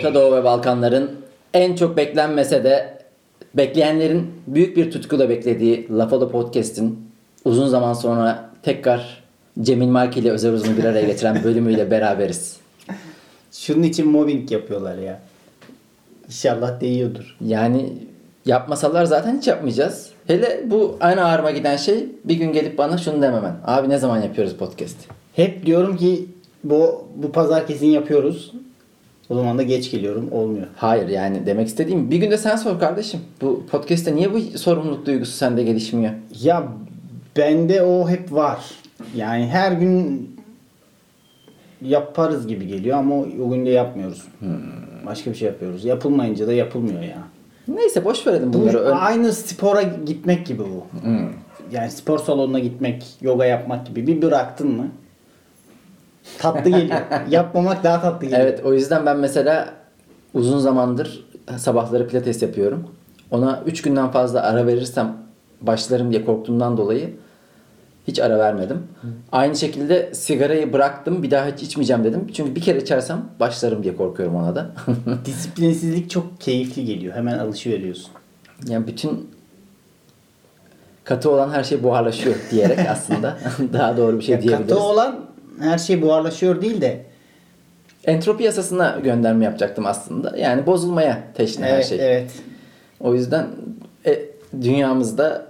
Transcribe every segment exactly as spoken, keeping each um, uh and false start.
Orta Doğu ve Balkanların en çok beklenmese de bekleyenlerin büyük bir tutkuyla beklediği Lafolo Podcast'in uzun zaman sonra tekrar Cemil Marki ile Özer Uzun'u bir araya getiren bölümüyle beraberiz. Şunun için mobbing yapıyorlar ya. İnşallah değiyordur. Yani yapmasalar zaten hiç yapmayacağız. Hele bu aynı ağrıma giden şey bir gün gelip bana şunu dememen. Abi ne zaman yapıyoruz podcast? Hep diyorum ki bu bu pazar kesin yapıyoruz. O zaman da geç geliyorum. Olmuyor. Hayır yani demek istediğim bir gün de sen sor kardeşim. Bu podcast'te niye bu sorumluluk duygusu sende gelişmiyor? Ya bende o hep var. Yani her gün yaparız gibi geliyor ama o gün de yapmıyoruz. Hmm. Başka bir şey yapıyoruz. Yapılmayınca da yapılmıyor ya. Neyse boş verelim bunları. Bu aynı spora gitmek gibi bu. Hmm. Yani spor salonuna gitmek, yoga yapmak gibi. Bir bıraktın mı tatlı geliyor. Yapmamak daha tatlı geliyor. Evet, o yüzden ben mesela uzun zamandır sabahları pilates yapıyorum. Ona üç günden fazla ara verirsem başlarım diye korktuğumdan dolayı hiç ara vermedim. Hı. Aynı şekilde sigarayı bıraktım. Bir daha hiç içmeyeceğim dedim. Çünkü bir kere içersem başlarım diye korkuyorum ona da. Disiplinsizlik çok keyifli geliyor. Hemen alışıveriyorsun. Yani bütün katı olan her şey buharlaşıyor diyerek aslında daha doğru bir şey ya diyebiliriz. Katı olan her şey buharlaşıyor değil de entropi yasasına gönderme yapacaktım aslında. Yani bozulmaya teşne evet, her şey. Evet. O yüzden e, dünyamızda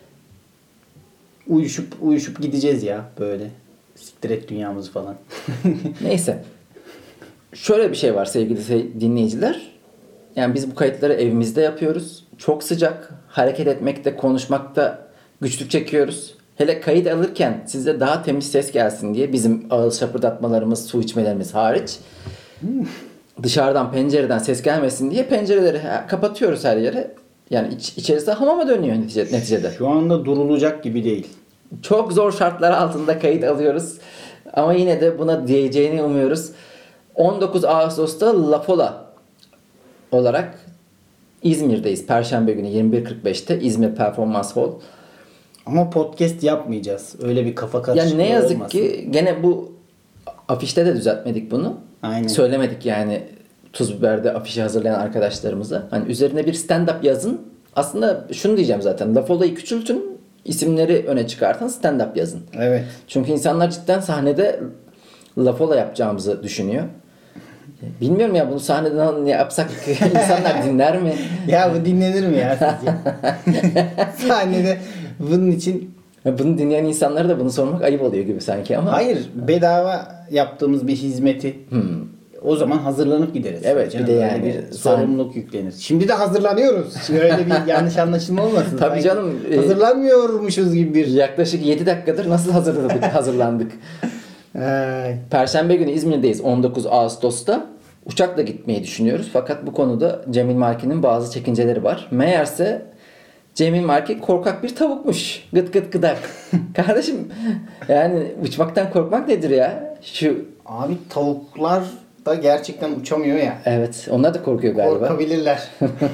uyuşup uyuşup gideceğiz ya böyle. Siktir et dünyamızı falan. Neyse. Şöyle bir şey var sevgili dinleyiciler. Yani biz bu kayıtları evimizde yapıyoruz. Çok sıcak. Hareket etmekte, konuşmakta güçlük çekiyoruz. Hele kayıt alırken size daha temiz ses gelsin diye bizim ağız şapırdatmalarımız, su içmelerimiz hariç dışarıdan pencereden ses gelmesin diye pencereleri kapatıyoruz her yere. Yani iç, içerisi hamama dönüyor neticede. Şu anda durulacak gibi değil. Çok zor şartlar altında kayıt alıyoruz. Ama yine de buna diyeceğini umuyoruz. on dokuz Ağustos'ta Lafola olarak İzmir'deyiz. Perşembe günü yirmi bir kırk beşte İzmir Performans Hall. Ama podcast yapmayacağız. Öyle bir kafa karışıklığı olmasın. Yani ne yazık olmasın. ki gene bu afişte de düzeltmedik bunu. Aynen. Söylemedik yani Tuz Biber'de afişi hazırlayan arkadaşlarımıza. Hani üzerine bir stand-up yazın. Aslında şunu diyeceğim zaten. Lafola'yı küçültün. İsimleri öne çıkartın. Stand-up yazın. Evet. Çünkü insanlar cidden sahnede Lafola yapacağımızı düşünüyor. Bilmiyorum ya bunu sahneden yapsak insanlar dinler mi? Ya bu dinlenir mi ya sizce? Sahnede bunun için... Bunu dinleyen insanlara da bunu sormak ayıp oluyor gibi sanki ama. Hayır, bedava yaptığımız bir hizmeti hmm. o zaman hazırlanıp gideriz. Evet, canım, bir de yani bir sorumluluk yüklenir. Şimdi de hazırlanıyoruz. Öyle bir yanlış anlaşılma olmasın. Tabii sanki canım. Hazırlanmıyormuşuz gibi bir. Yaklaşık yedi dakikadır nasıl hazırladık, hazırlandık. Ay. Perşembe günü İzmir'deyiz on dokuz Ağustos'ta. Uçakla gitmeyi düşünüyoruz. Fakat bu konuda Cemil Marki'nin bazı çekinceleri var. Meğerse Cemil Marki korkak bir tavukmuş. Gıt gıt gıdak. Kardeşim yani uçmaktan korkmak nedir ya? Şu abi tavuklar da gerçekten uçamıyor ya. Evet. Onlar da korkuyor galiba. Korkabilirler.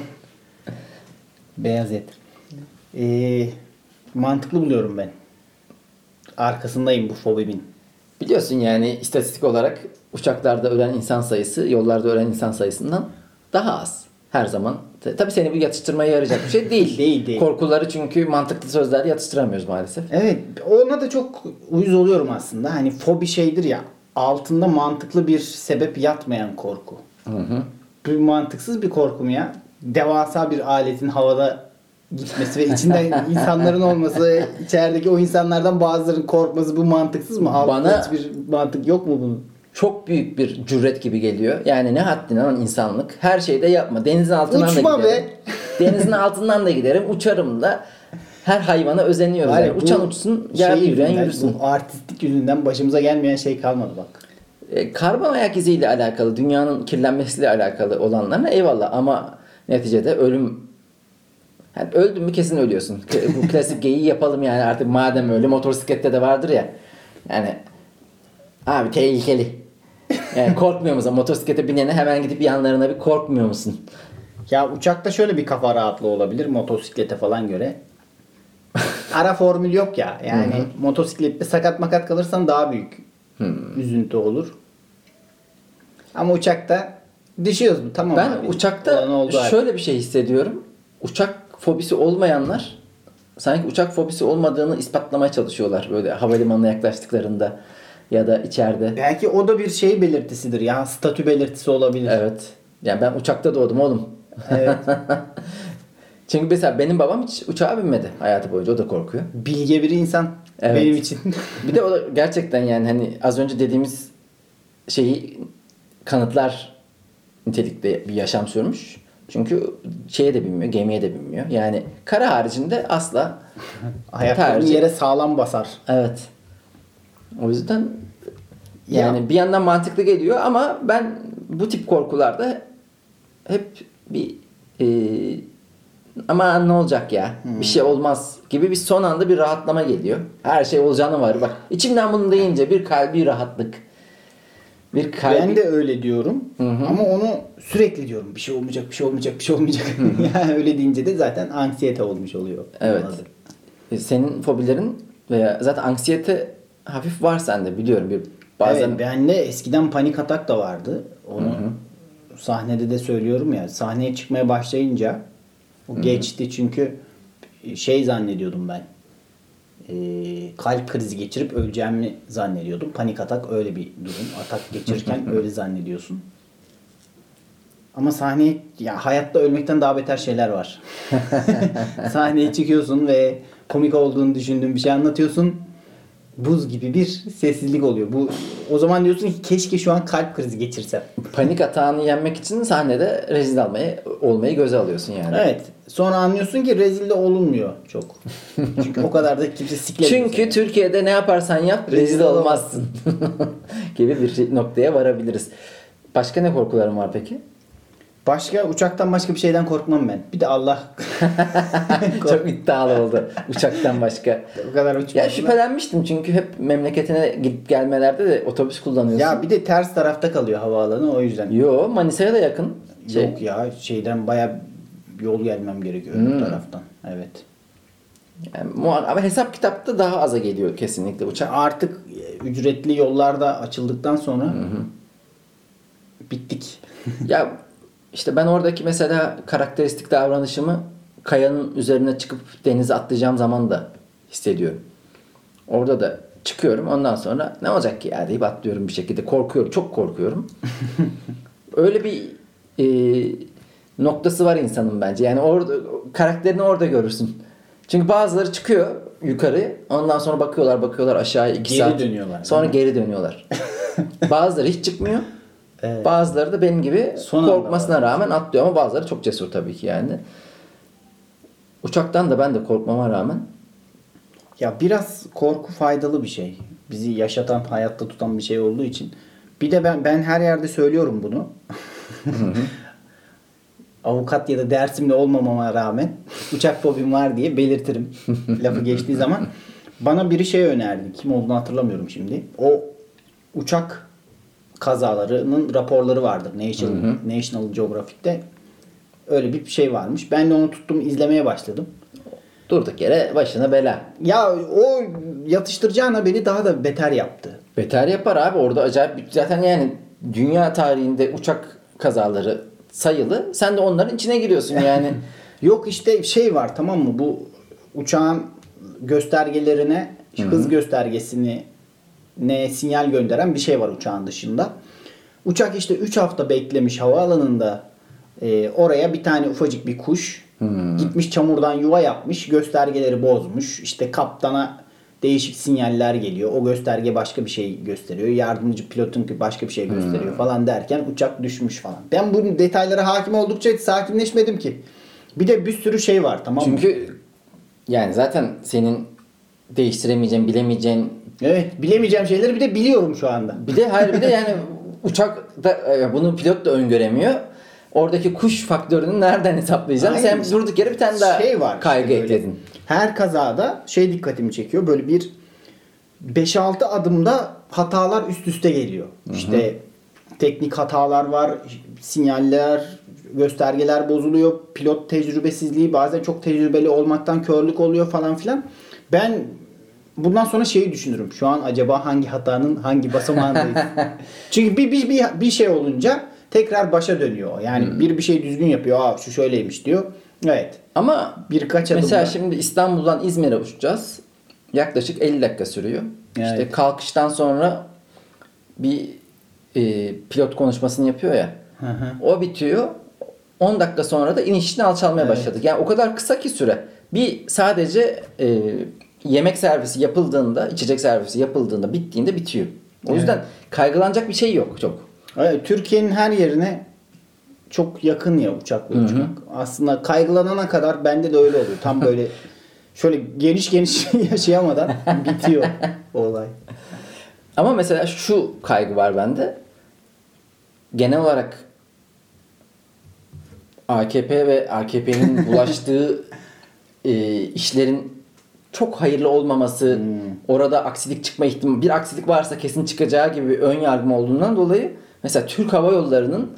Beyaz et. Ee, mantıklı buluyorum ben. Arkasındayım bu fobimin. Biliyorsun yani istatistik olarak uçaklarda ölen insan sayısı yollarda ölen insan sayısından daha az. Her zaman. Tabii seni bu yatıştırmaya yarayacak bir şey değil. değil, değil. Korkuları çünkü mantıklı sözlerle yatıştıramıyoruz maalesef. Evet. Ona da çok uyuz oluyorum aslında. Hani fobi şeydir ya. Altında mantıklı bir sebep yatmayan korku. Hı hı. Bu mantıksız bir korku mu ya? Devasa bir aletin havada gitmesi ve içinde insanların olması, içerideki o insanlardan bazılarının korkması bu mantıksız mı? Altında Bana hiçbir mantık yok mu bunun? Çok büyük bir cüret gibi geliyor. Yani ne haddine lan insanlık. Her şeyde yapma. Denizin altından Uçma da giderim. be. Denizin altından da giderim. Uçarım da. Her hayvana özeniyoruz. Hayır, yani. Uçan uçsun, yerde şey yürüyen yüzünden, yürüsün. Bu artistlik yüzünden başımıza gelmeyen şey kalmadı bak. E, karbon ayak iziyle alakalı, dünyanın kirlenmesiyle alakalı olanlarına eyvallah ama neticede ölüm yani öldün mü kesin ölüyorsun. Bu klasik geyiği yapalım yani artık madem öyle motosiklette de vardır ya. Yani abi tehlikeli. Yani korkmuyor musun? Motosiklete binene hemen gidip yanlarına bir korkmuyor musun? Ya uçakta şöyle bir kafa rahatlığı olabilir motosiklete falan göre. Ara formül yok ya. Yani hı hı. Motosiklette sakat makat kalırsan daha büyük hı. üzüntü olur. Ama uçakta düşüyoruz. Tamam Ben abi. uçakta Olan oldu artık. şöyle bir şey hissediyorum. Uçak fobisi olmayanlar sanki uçak fobisi olmadığını ispatlamaya çalışıyorlar böyle havalimanına yaklaştıklarında ya da içeride. Belki o da bir şey belirtisidir ya. Statü belirtisi olabilir. Evet. Yani ben uçakta doğdum oğlum. Evet. Çünkü mesela benim babam hiç uçağa binmedi hayatı boyunca. O da korkuyor. Bilge bir insan Evet. benim için. Bir de o da gerçekten yani hani az önce dediğimiz şeyi kanıtlar nitelikte bir yaşam sürmüş. Çünkü şeye de binmiyor, gemiye de binmiyor. Yani kara haricinde asla Ayaklarını tercih- yere sağlam basar. Evet. O yüzden yani Ya. bir yandan mantıklı geliyor ama ben bu tip korkularda hep bir e, ama ne olacak ya bir şey olmaz gibi bir son anda bir rahatlama geliyor. Her şey olacağını var. Bak içimden bunu deyince bir kalbi rahatlık. Bir kalbi... Ben de öyle diyorum. Ama onu sürekli diyorum. Bir şey olmayacak, bir şey olmayacak, bir şey olmayacak. Yani öyle deyince de zaten anksiyete olmuş oluyor. Evet. Adı. E, Senin fobilerin veya zaten anksiyete hafif var sende biliyorum. Bir bazen Evet, bende eskiden panik atak da vardı. Onu sahnede de söylüyorum ya. Sahneye çıkmaya başlayınca o geçti çünkü şey zannediyordum ben. Ee, kalp krizi geçirip öleceğimi zannediyordum. Panik atak öyle bir durum. Atak geçirirken öyle zannediyorsun. Ama sahneye ya hayatta ölmekten daha beter şeyler var. Sahneye çıkıyorsun ve komik olduğunu düşündüğün bir şey anlatıyorsun. Buz gibi bir sessizlik oluyor. Bu o zaman diyorsun ki keşke şu an kalp krizi geçirsem. panik atağını yenmek için sahnede rezil almayı olmayı göze alıyorsun yani. Evet. Sonra anlıyorsun ki rezil de olunmuyor çok. Çünkü o kadar da kimse siklemiyor. Çünkü seni. Türkiye'de ne yaparsan yap rezil Rezil olmazsın gibi bir şey- noktaya varabiliriz. Başka ne korkuların var peki? Başka uçaktan başka bir şeyden korkmam ben. Bir de Allah. Çok iddialı oldu uçaktan başka. O kadar uçmadım. Ya şüphelenmiştim çünkü hep memleketine gidip gelmelerde de otobüs kullanıyorsun. Ya bir de ters tarafta kalıyor havaalanı o yüzden. Yo Manisa'ya da yakın. Şey, Yok ya şeyden baya yol gelmem gerekiyor Hmm. bu taraftan. Evet. yani muha- ama hesap kitapta daha aza geliyor kesinlikle uçak. Artık ücretli yollar da açıldıktan sonra bittik. Ya işte ben oradaki mesela karakteristik davranışımı kayanın üzerine çıkıp denize atlayacağım zaman da hissediyorum. Orada da çıkıyorum ondan sonra ne olacak ki ya deyip atlıyorum bir şekilde. Korkuyorum. Çok korkuyorum. Öyle bir e, noktası var insanın bence. Yani orada karakterini orada görürsün. Çünkü bazıları çıkıyor yukarı ondan sonra bakıyorlar bakıyorlar aşağıya iki Geri saat. dönüyorlar. Sonra geri dönüyorlar. Bazıları hiç çıkmıyor. Evet. Bazıları da benim gibi Son anda korkmasına var. rağmen atlıyor ama bazıları çok cesur tabii ki yani. Uçaktan da ben de korkmama rağmen Ya biraz korku faydalı bir şey. Bizi yaşatan, hayatta tutan bir şey olduğu için. Bir de ben ben her yerde söylüyorum bunu. Avukat ya da dersimle olmamama rağmen uçak fobim var diye belirtirim. Lafı geçtiği zaman. Bana biri şey önerdi. Kim olduğunu hatırlamıyorum şimdi. O uçak kazalarının raporları vardır. National, National Geographic'te öyle bir şey varmış. Ben de onu tuttum izlemeye başladım. durduk yere başına bela. Ya o yatıştıracağına beni daha da beter yaptı. Beter yapar abi orada acayip bir- zaten yani dünya tarihinde uçak kazaları sayılı. Sen de onların içine giriyorsun yani. Yok işte şey var tamam mı? Bu uçağın göstergelerine hız göstergesini ne sinyal gönderen bir şey var uçağın dışında. Uçak işte üç hafta beklemiş havaalanında. Ee, oraya bir tane ufacık bir kuş gitmiş çamurdan yuva yapmış. Göstergeleri bozmuş. İşte kaptana değişik sinyaller geliyor. O gösterge başka bir şey gösteriyor. Yardımcı pilotun başka bir şey gösteriyor falan derken uçak düşmüş falan. Ben bu detaylara hakim oldukça sakinleşmedim ki. Bir de bir sürü şey var tamam mı? Çünkü yani zaten senin değiştiremeyeceğin, bilemeyeceğin Evet bilemeyeceğim şeyleri bir de biliyorum şu anda. bir de hayır bir de yani uçak da e, bunu pilot da öngöremiyor. Oradaki kuş faktörünü nereden hesaplayacaksın? Aynen. Sen durduk yere bir tane daha Şey var kaygı işte böyle. ekledin. Her kazada şey dikkatimi çekiyor. Böyle bir beş altı adımda hatalar üst üste geliyor. İşte teknik hatalar var, sinyaller, göstergeler bozuluyor, pilot tecrübesizliği, bazen çok tecrübeli olmaktan körlük oluyor falan filan. Ben bundan sonra şeyi düşünürüm. Şu an acaba hangi hatanın hangi basamağındayız? Çünkü bir, bir, bir, bir şey olunca tekrar başa dönüyor. Yani Hmm. bir bir şey düzgün yapıyor. Aa şu şöyleymiş diyor. Evet. Ama Birkaç adım mesela var. şimdi İstanbul'dan İzmir'e uçacağız. Yaklaşık elli dakika sürüyor. Evet. İşte kalkıştan sonra bir e, pilot konuşmasını yapıyor ya. Hı hı. O bitiyor. on dakika sonra da inişini alçalmaya Evet. başladık. Yani o kadar kısa ki süre. Bir sadece e, yemek servisi yapıldığında, içecek servisi yapıldığında, bittiğinde bitiyor. O Evet. yüzden kaygılanacak bir şey yok çok. Evet, Türkiye'nin her yerine çok yakın ya uçakla Hı hı. uçmak. Aslında kaygılanana kadar bende de öyle oluyor. Tam böyle şöyle geniş geniş yaşayamadan bitiyor o olay. Ama mesela şu kaygı var bende. Genel olarak A K P ve A K P'nin bulaştığı e, işlerin çok hayırlı olmaması, orada aksilik çıkma ihtimali, bir aksilik varsa kesin çıkacağı gibi bir ön yargım olduğundan dolayı mesela Türk Hava Yolları'nın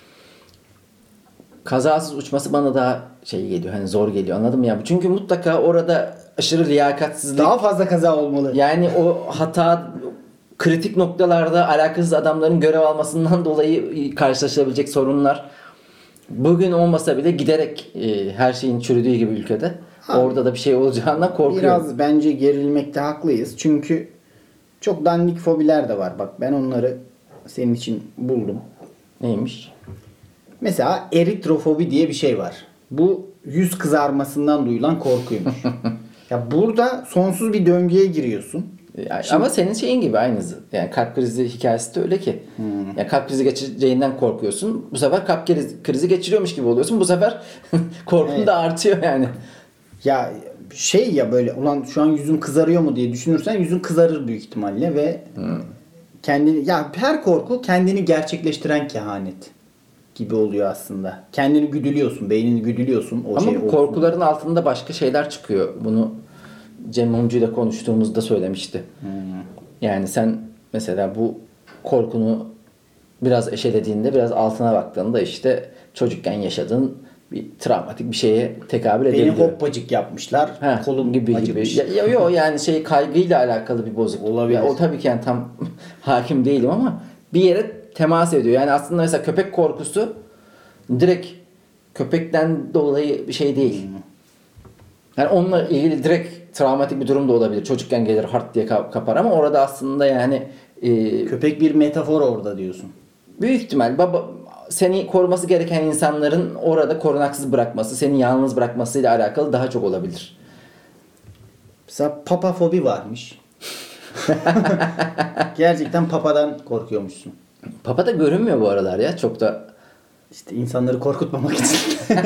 kazasız uçması bana daha şey geliyor, hani zor geliyor, anladın mı ya? Çünkü mutlaka orada aşırı liyakatsizlik, Daha fazla kaza olmalı. yani o hata kritik noktalarda alakasız adamların görev almasından dolayı karşılaşılabilecek sorunlar. Bugün olmasa bile giderek e, her şeyin çürüdüğü gibi ülkede Ha. orada da bir şey olacağından korkuyorum. Biraz bence gerilmekte haklıyız. Çünkü çok dandik fobiler de var. Bak ben onları senin için buldum. Neymiş? Mesela eritrofobi diye bir şey var. Bu yüz kızarmasından duyulan korkuymuş. Ya burada sonsuz bir döngüye giriyorsun. Yani Şimdi- ama senin şeyin gibi aynısı. Yani kalp krizi hikayesi de öyle ki. Hmm. Yani kalp krizi geçireceğinden korkuyorsun. Bu sefer kalp krizi, krizi geçiriyormuş gibi oluyorsun. Bu sefer korkun Evet. da artıyor yani. Ya şey ya böyle ulan şu an yüzüm kızarıyor mu diye düşünürsen yüzün kızarır büyük ihtimalle ve kendini ya her korku kendini gerçekleştiren kehanet gibi oluyor aslında. Kendini güdülüyorsun, beynini güdülüyorsun o Ama şey bu olsun. korkuların altında başka şeyler çıkıyor. Bunu Cem Mumcu ile konuştuğumuzda söylemişti. Yani sen mesela bu korkunu biraz eşelediğinde, biraz altına baktığında işte çocukken yaşadığın bir travmatik bir şeye tekabül Beni edebiliyor. hoppacık yapmışlar. Ha, kolum gibi acımış. gibi. Ya, ya, yo, yani şey kaygıyla alakalı bir bozukluk. Olabilir. Ya, o tabii ki yani tam hakim değilim ama bir yere temas ediyor. Yani aslında mesela köpek korkusu direkt köpekten dolayı bir şey değil. Yani onunla ilgili direkt travmatik bir durum da olabilir. Çocukken gelir hart diye kap- kapar ama orada aslında yani e, Köpek bir metafor orada diyorsun. büyük ihtimal baba seni koruması gereken insanların orada korunaksız bırakması, seni yalnız bırakmasıyla alakalı daha çok olabilir. Mesela papafobi varmış. Gerçekten papadan korkuyormuşsun. Papa da görünmüyor bu aralar ya. Çok da İşte insanları korkutmamak için.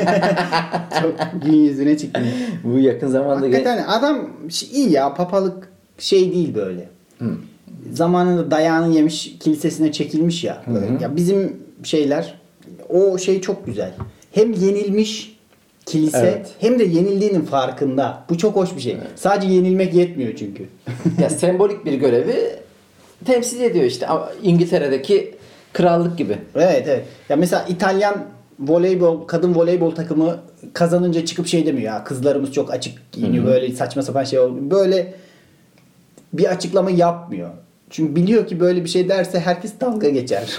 Çok gün yüzüne çıkmıyor. bu yakın zamanda ge- Hakikaten adam şey- iyi ya papalık şey değil böyle. Zamanında dayağını yemiş kilisesine çekilmiş ya. Böyle. Ya bizim şeyler o şey çok güzel. Hem yenilmiş kilise Evet. hem de yenildiğinin farkında. Bu çok hoş bir şey. Sadece yenilmek yetmiyor çünkü. ya sembolik bir görevi temsil ediyor işte. Ama İngiltere'deki krallık gibi. Evet evet. Ya mesela İtalyan voleybol kadın voleybol takımı kazanınca çıkıp şey demiyor ya kızlarımız çok açık giyiniyor böyle saçma sapan şey oluyor. Böyle bir açıklama yapmıyor. Çünkü biliyor ki böyle bir şey derse herkes dalga geçer.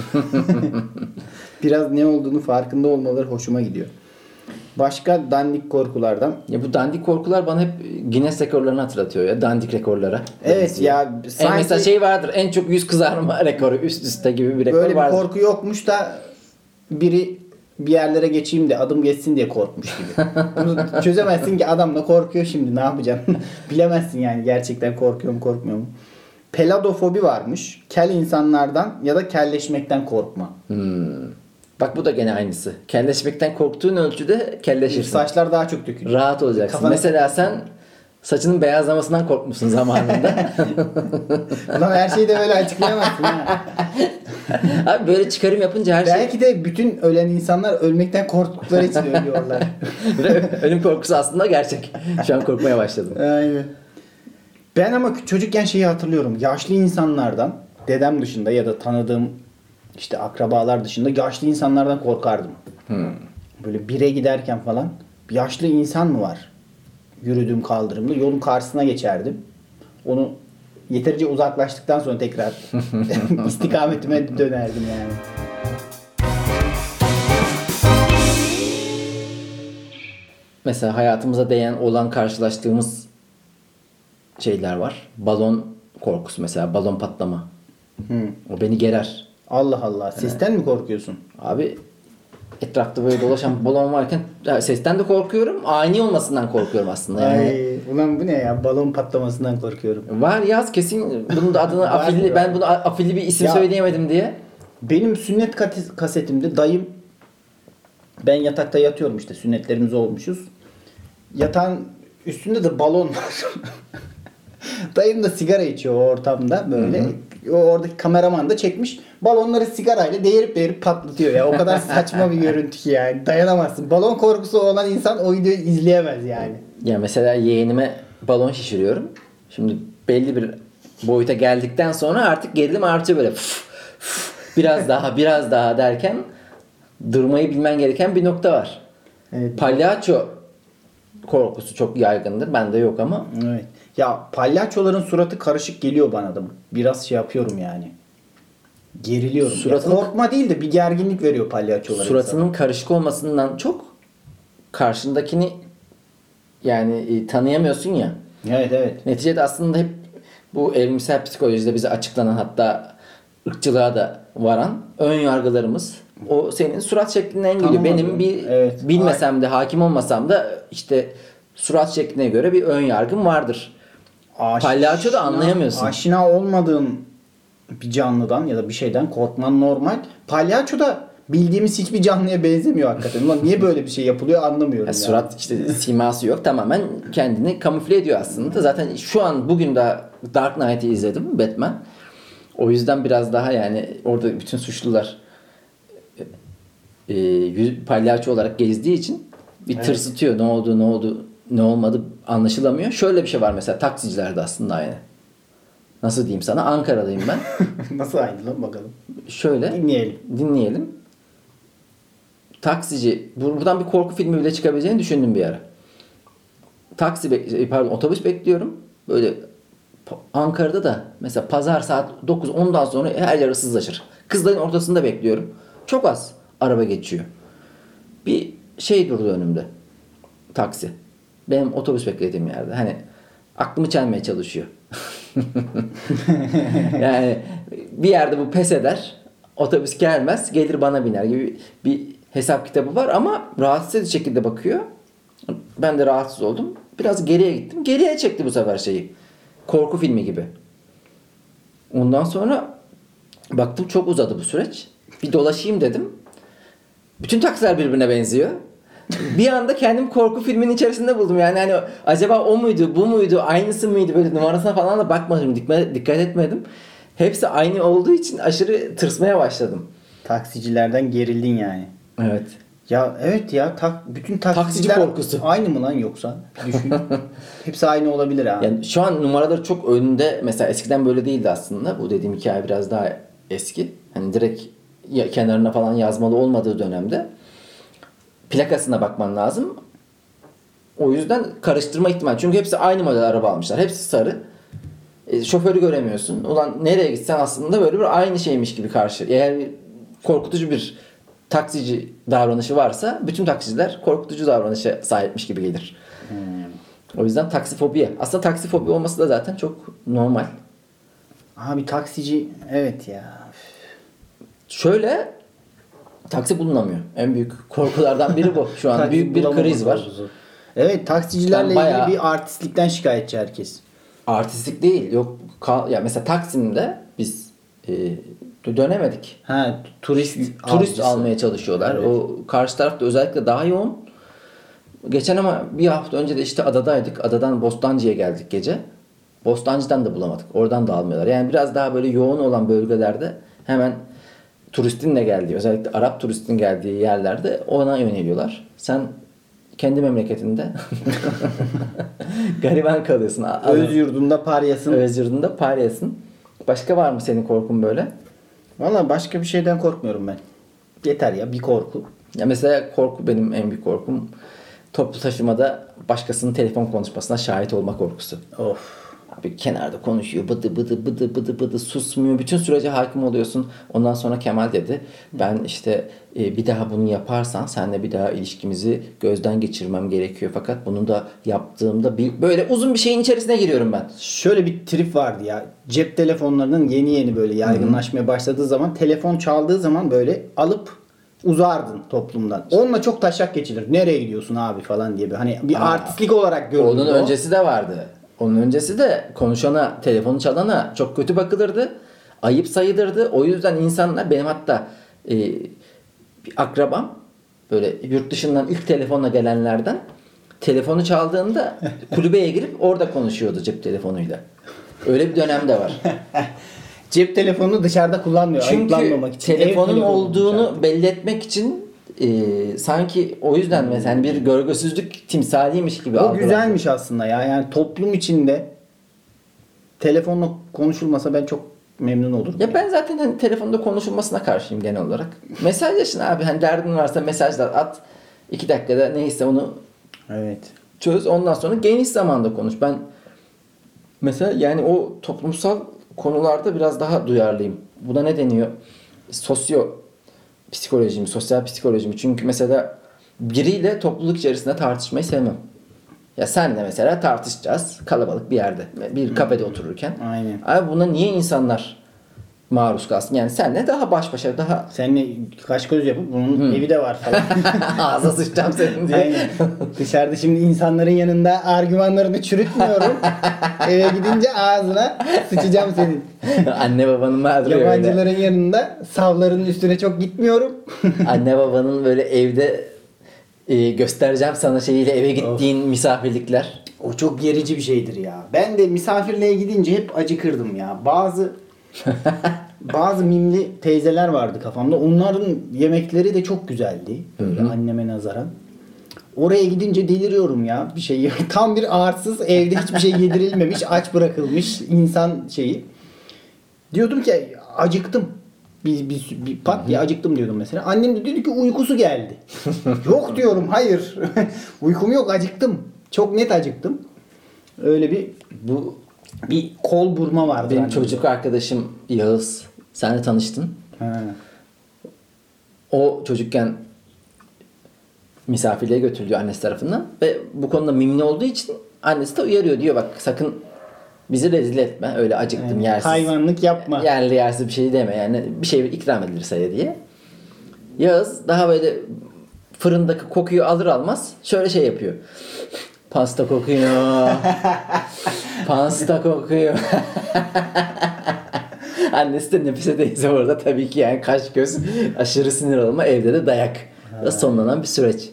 Biraz ne olduğunu farkında olmaları hoşuma gidiyor. Başka dandik korkulardan. Ya bu dandik korkular bana hep Guinness rekorlarını hatırlatıyor ya. Dandik rekorlara. Evet ya En sanki mesela şey vardır. En çok yüz kızarma rekoru üst üste gibi bir rekor böyle bir vardır. korku yokmuş da biri bir yerlere geçeyim de adım geçsin diye korkmuş gibi. Bunu çözemezsin ki adam da korkuyor şimdi ne yapacaksın? Bilemezsin yani gerçekten korkuyor mu korkmuyor mu? Peladofobi varmış. Kel insanlardan ya da kelleşmekten korkma. Bak bu da gene aynısı. Kelleşmekten korktuğun ölçüde kelleşirsin. Saçlar daha çok dökülür. Rahat olacaksın. Kafana- Mesela sen saçının beyazlamasından korkmuşsun zamanında. Ulan her şeyi de böyle açıklayamazsın ha. Abi böyle çıkarım yapınca her şey... Belki de bütün ölen insanlar ölmekten korktukları için ölüyorlar. Ölüm korkusu aslında gerçek. Şu an korkmaya başladım. Aynen. Ben ama çocukken şeyi hatırlıyorum. Yaşlı insanlardan, dedem dışında ya da tanıdığım işte akrabalar dışında yaşlı insanlardan korkardım. Böyle bire giderken falan bir yaşlı insan mı var? Yürüdüğüm kaldırımda yolun karşısına geçerdim. Onu yeterince uzaklaştıktan sonra tekrar istikametime dönerdim yani. mesela hayatımıza değen olan karşılaştığımız şeyler var. Balon korkusu mesela, balon patlama. Hı. O beni gerer. Allah Allah. Sesten mi korkuyorsun? Abi etrafta böyle dolaşan balon varken ya sesten de korkuyorum. Ani olmasından korkuyorum aslında. Yani Ay, ulan bu ne ya? Balon patlamasından korkuyorum. var yaz kesin bunun da adını Var afilli, mı? ben bunu afilli bir isim Ya. söyleyemedim diye. Benim sünnet kati- kasetimde dayım, ben yatakta yatıyorum işte, sünnetlerimiz olmuşuz. Yatağın üstünde de balon var. Dayım da sigara içiyor o ortamda böyle. Hı O oradaki kameraman da çekmiş. Balonları sigarayla değirip değirip patlatıyor ya. O kadar saçma bir görüntü ki yani. Dayanamazsın. Balon korkusu olan insan o videoyu izleyemez yani. Ya mesela yeğenime balon şişiriyorum. Şimdi belli bir boyuta geldikten sonra artık gerilim artıyor böyle. Fuf, fuf, biraz daha biraz daha derken durmayı bilmen gereken bir nokta var. Evet. Palyaço korkusu çok yaygındır. Bende yok ama. Evet. Ya palyaçoların suratı karışık geliyor bana da. Biraz şey yapıyorum yani. Geriliyorum. Suratın- Ya korkma değil de bir gerginlik veriyor palyaçolara. Suratının karışık olmasından çok karşındakini yani e, tanıyamıyorsun ya. insana. Evet evet. Neticede aslında hep bu evrimsel psikolojide bize açıklanan, hatta ırkçılığa da varan ön yargılarımız o senin surat şeklinden geliyor. Tanımadığın, Benim bir evet. bilmesem de, hakim olmasam da işte surat şekline göre bir ön yargım vardır. Palyaço da anlayamıyorsun. Aşina olmadığın bir canlıdan ya da bir şeyden korkman normal. Palyaço da bildiğimiz hiçbir canlıya benzemiyor hakikaten. Ulan niye böyle bir şey yapılıyor anlamıyorum. Ya yani. surat işte siması yok, tamamen kendini kamufle ediyor aslında. Zaten şu an bugün de Dark Knight'i izledim, Batman. O yüzden biraz daha yani orada bütün suçlular e, yüz- palyaço olarak gezdiği için bir Evet. tırsıtıyor. Ne oldu ne oldu ne olmadı anlaşılamıyor. Şöyle bir şey var mesela, taksicilerde aslında aynı. Nasıl diyeyim sana, Ankara'dayım ben. Nasıl aynı lan bakalım. Şöyle Dinleyelim. dinleyelim. Taksici, buradan bir korku filmi bile çıkabileceğini düşündüm bir ara. Taksi bek- pardon otobüs bekliyorum. Böyle pa- Ankara'da da mesela pazar saat dokuz ondan sonra her yer ıssızlaşır. Kızların ortasında bekliyorum. Çok az araba geçiyor. Bir şey durdu önümde. Taksi. Benim otobüs beklediğim yerde. Hani aklımı çelmeye çalışıyor. Yani bir yerde bu pes eder. Otobüs gelmez. Gelir bana biner gibi bir hesap kitabı var ama rahatsız edici şekilde bakıyor. Ben de rahatsız oldum. Biraz geriye gittim. Geriye çekti bu sefer şeyi. Korku filmi gibi. Ondan sonra baktım çok uzadı bu süreç. Bir dolaşayım dedim. Bütün taksiler birbirine benziyor. Bir anda kendim korku filminin içerisinde buldum. Yani hani acaba o muydu, bu muydu, aynısı mıydı, böyle numarasına falan da bakmadım, dikkat, dikkat etmedim. Hepsi aynı olduğu için aşırı tırsmaya başladım. Taksicilerden gerildin yani. Evet. Ya evet ya tak, bütün taksiciler Taksici korkusu. aynı mı lan yoksa? Düşün. Hepsi aynı olabilir ha. Yani şu an numaraları çok önünde. Mesela eskiden böyle değildi aslında. Bu dediğim hikaye biraz daha eski. Hani direkt ya- kenarına falan yazmalı olmadığı dönemde plakasına bakman lazım. O yüzden karıştırma ihtimali. Çünkü hepsi aynı model araba almışlar. Hepsi sarı. E, şoförü göremiyorsun. Ulan nereye gitsen aslında böyle bir aynı şeymiş gibi karşı. Eğer korkutucu bir taksici davranışı varsa bütün taksiciler korkutucu davranışa sahipmiş gibi gelir. Hmm. O yüzden taksifobiye. Aslında taksifobi olması da zaten çok normal. Abi taksici evet ya. Şöyle taksi bulunamıyor. En büyük korkulardan biri bu. Şu an Taksi büyük bir bulamama kriz var. korkusu. Evet, taksicilerle Ben bayağı- ilgili bir artistlikten şikayetçi herkes. Artistik değil. Yok kal- ya mesela Taksim'de biz e, dönemedik. Ha, turist Turist avcısı. almaya çalışıyorlar. Evet. O karşı tarafta özellikle daha yoğun. Geçen ama bir hafta önce de işte adadaydık. Adadan Bostancı'ya geldik gece. Bostancı'dan da bulamadık. Oradan da almıyorlar. Yani biraz daha böyle yoğun olan bölgelerde hemen turistin de geldiği, özellikle Arap turistin geldiği yerlerde ona yöneliyorlar. Sen kendi memleketinde gariban kalıyorsun. Öz yurdunda paryasın. Öz yurdunda paryasın. Başka var mı senin korkun böyle? Valla başka bir şeyden korkmuyorum ben. Yeter ya, bir korku. Ya mesela korku, benim en büyük korkum toplu taşımada başkasının telefon konuşmasına şahit olma korkusu. Of. Abi kenarda konuşuyor. Bıdı bıdı bıdı bıdı bıdı susmuyor. Bütün sürece hakim oluyorsun. Ondan sonra Kemal dedi. Ben işte e, bir daha bunu yaparsan seninle bir daha ilişkimizi gözden geçirmem gerekiyor. Fakat bunu da yaptığımda bir, böyle uzun bir şeyin içerisine giriyorum ben. Şöyle bir trip vardı ya. Cep telefonlarının yeni yeni böyle yaygınlaşmaya başladığı zaman telefon çaldığı zaman böyle alıp uzardın toplumdan. Onunla çok taşak geçilir. Nereye gidiyorsun abi falan diye. Bir, hani bir Aa, artistlik olarak görülür. Onun o. öncesi de vardı. Onun öncesi de konuşana, telefonu çalana çok kötü bakılırdı. Ayıp sayılırdı. O yüzden insanlar, benim hatta e, bir akrabam böyle yurt dışından ilk telefonla gelenlerden, telefonu çaldığında kulübeye girip orada konuşuyordu cep telefonuyla. Öyle bir dönem de var. Cep telefonunu dışarıda kullanmıyor. Çünkü ayıplanmamak için. Ev telefonun telefonu olduğunu dışarıda. belli etmek için e, sanki o yüzden mesela hani bir görgüsüzlük timsaliymiş gibi O algılandı. güzelmiş aslında ya. Yani toplum içinde telefonla konuşulmasa ben çok memnun olurum. Ya ben zaten hani telefonda konuşulmasına karşıyım genel olarak. Mesajlaşın abi. Hani derdin varsa mesajlar at. iki dakikada neyse onu Evet. çöz. Ondan sonra geniş zamanda konuş. Ben mesela yani o toplumsal konularda biraz daha duyarlıyım. Buna ne deniyor? Sosyo psikoloji mi? Sosyal psikoloji mi? Çünkü mesela biriyle topluluk içerisinde tartışmayı sevmem. Ya senle mesela tartışacağız kalabalık bir yerde. Bir kafede otururken. Aynen. Abi buna niye insanlar maruz kalsın? Yani senle daha baş başa daha Seninle kaş göz yapıp bunun evi de var falan. ağza sıçacağım senin diye. Aynen. Dışarıda şimdi insanların yanında argümanlarını çürütmüyorum. Eve gidince ağzına sıçacağım senin. Anne babanın mağduru öyle. Yabancıların yanında savların üstüne çok gitmiyorum. Anne babanın böyle evde e, göstereceğim sana şeyiyle eve gittiğin misafirlikler. O çok gerici bir şeydir ya. Ben de misafirliğe gidince hep acıkırdım ya. Bazı bazı mimli teyzeler vardı kafamda. Onların yemekleri de çok güzeldi. Böyle anneme nazaran. Oraya gidince deliriyorum ya bir şey. Tam bir arsız, evde hiçbir şey yedirilmemiş, aç bırakılmış insan şeyi. Diyordum ki acıktım. Bir, bir, bir pat diye acıktım diyordum mesela. Annem de diyordu ki uykusu geldi. Yok diyorum, hayır. Uykum yok, acıktım. Çok net acıktım. Öyle bir Bu bir kol burma vardı. benim annemde. çocuk arkadaşım Yağız. Senle tanıştın. Ha. O çocukken misafirliğe götürülüyor annesi tarafından ve bu konuda mimli olduğu için annesi de uyarıyor, diyor bak sakın bizi rezil etme, öyle acıktım Yani yersiz. hayvanlık yapma. Yerli yersiz bir şey deme, yani bir şey ikram edilirse diye. Yağız daha böyle fırındaki kokuyu alır almaz şöyle şey yapıyor. Pasta kokuyor. Pasta kokuyor. Annesi de Nefise teyze orada tabii ki, yani kaş göz, aşırı sinir olma, evde de dayak. Ve sonlanan bir süreç.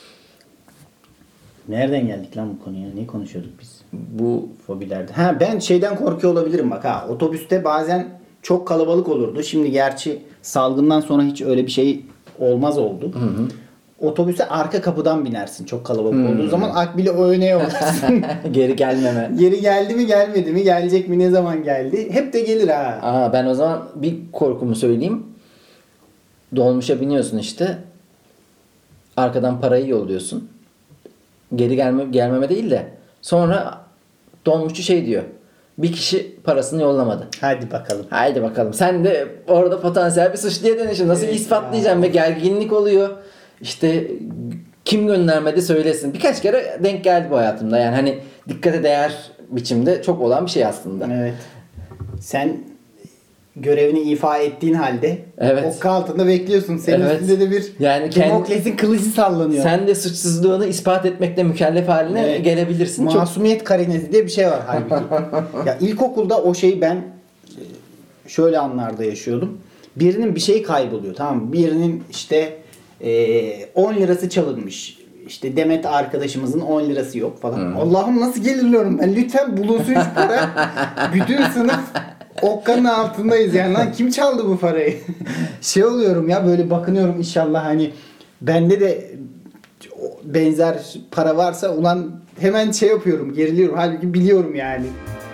Nereden geldik lan bu konuya? Ne konuşuyorduk biz? Bu Fobilerde. Ha, ben şeyden korkuyor olabilirim bak ha. Otobüste bazen çok kalabalık olurdu. Şimdi gerçi salgından sonra hiç öyle bir şey olmaz oldu. Hı hı. Otobüse arka kapıdan binersin çok kalabalık Hmm. olduğu zaman. Akbili öne yollarsın. geri gelmeme. Geri geldi mi gelmedi mi? Gelecek mi? Ne zaman geldi? Hep de gelir ha. Aa, ben o zaman bir korkumu söyleyeyim. Dolmuşa biniyorsun işte. Arkadan parayı yolluyorsun. Geri gelme, gelmeme değil de sonra dolmuşçu şey diyor. Bir kişi parasını yollamadı. Hadi bakalım. Haydi bakalım. Sen de orada potansiyel bir suçluya dönüşün. Nasıl Evet ispatlayacaksın ve gerginlik oluyor. İşte kim göndermedi söylesin. Birkaç kere denk geldi bu hayatımda. Yani hani dikkate değer biçimde çok olan bir şey aslında. Evet. Sen görevini ifa ettiğin halde Evet. okka altında bekliyorsun. Senin Evet. üstünde de bir Yani kendi- Demokles'in kılıcı sallanıyor. Sen de suçsuzluğunu ispat etmekle mükellef haline Evet. gelebilirsin. Çok Masumiyet karinesi diye bir şey var halbuki. Ya ilkokulda o şeyi ben e, şöyle anlarda yaşıyordum. Birinin bir şeyi kayboluyor, tamam mı? Birinin işte e, on lirası çalınmış. İşte Demet arkadaşımızın on lirası yok falan. Allah'ım nasıl gelirliyorum ben? Lütfen bulunsun şu para. Bütün sınıf okkanın altındayız yani. Lan kim çaldı bu parayı? Şey oluyorum ya, böyle bakınıyorum, inşallah hani bende de benzer para varsa ulan hemen şey yapıyorum, geriliyorum. Halbuki biliyorum yani.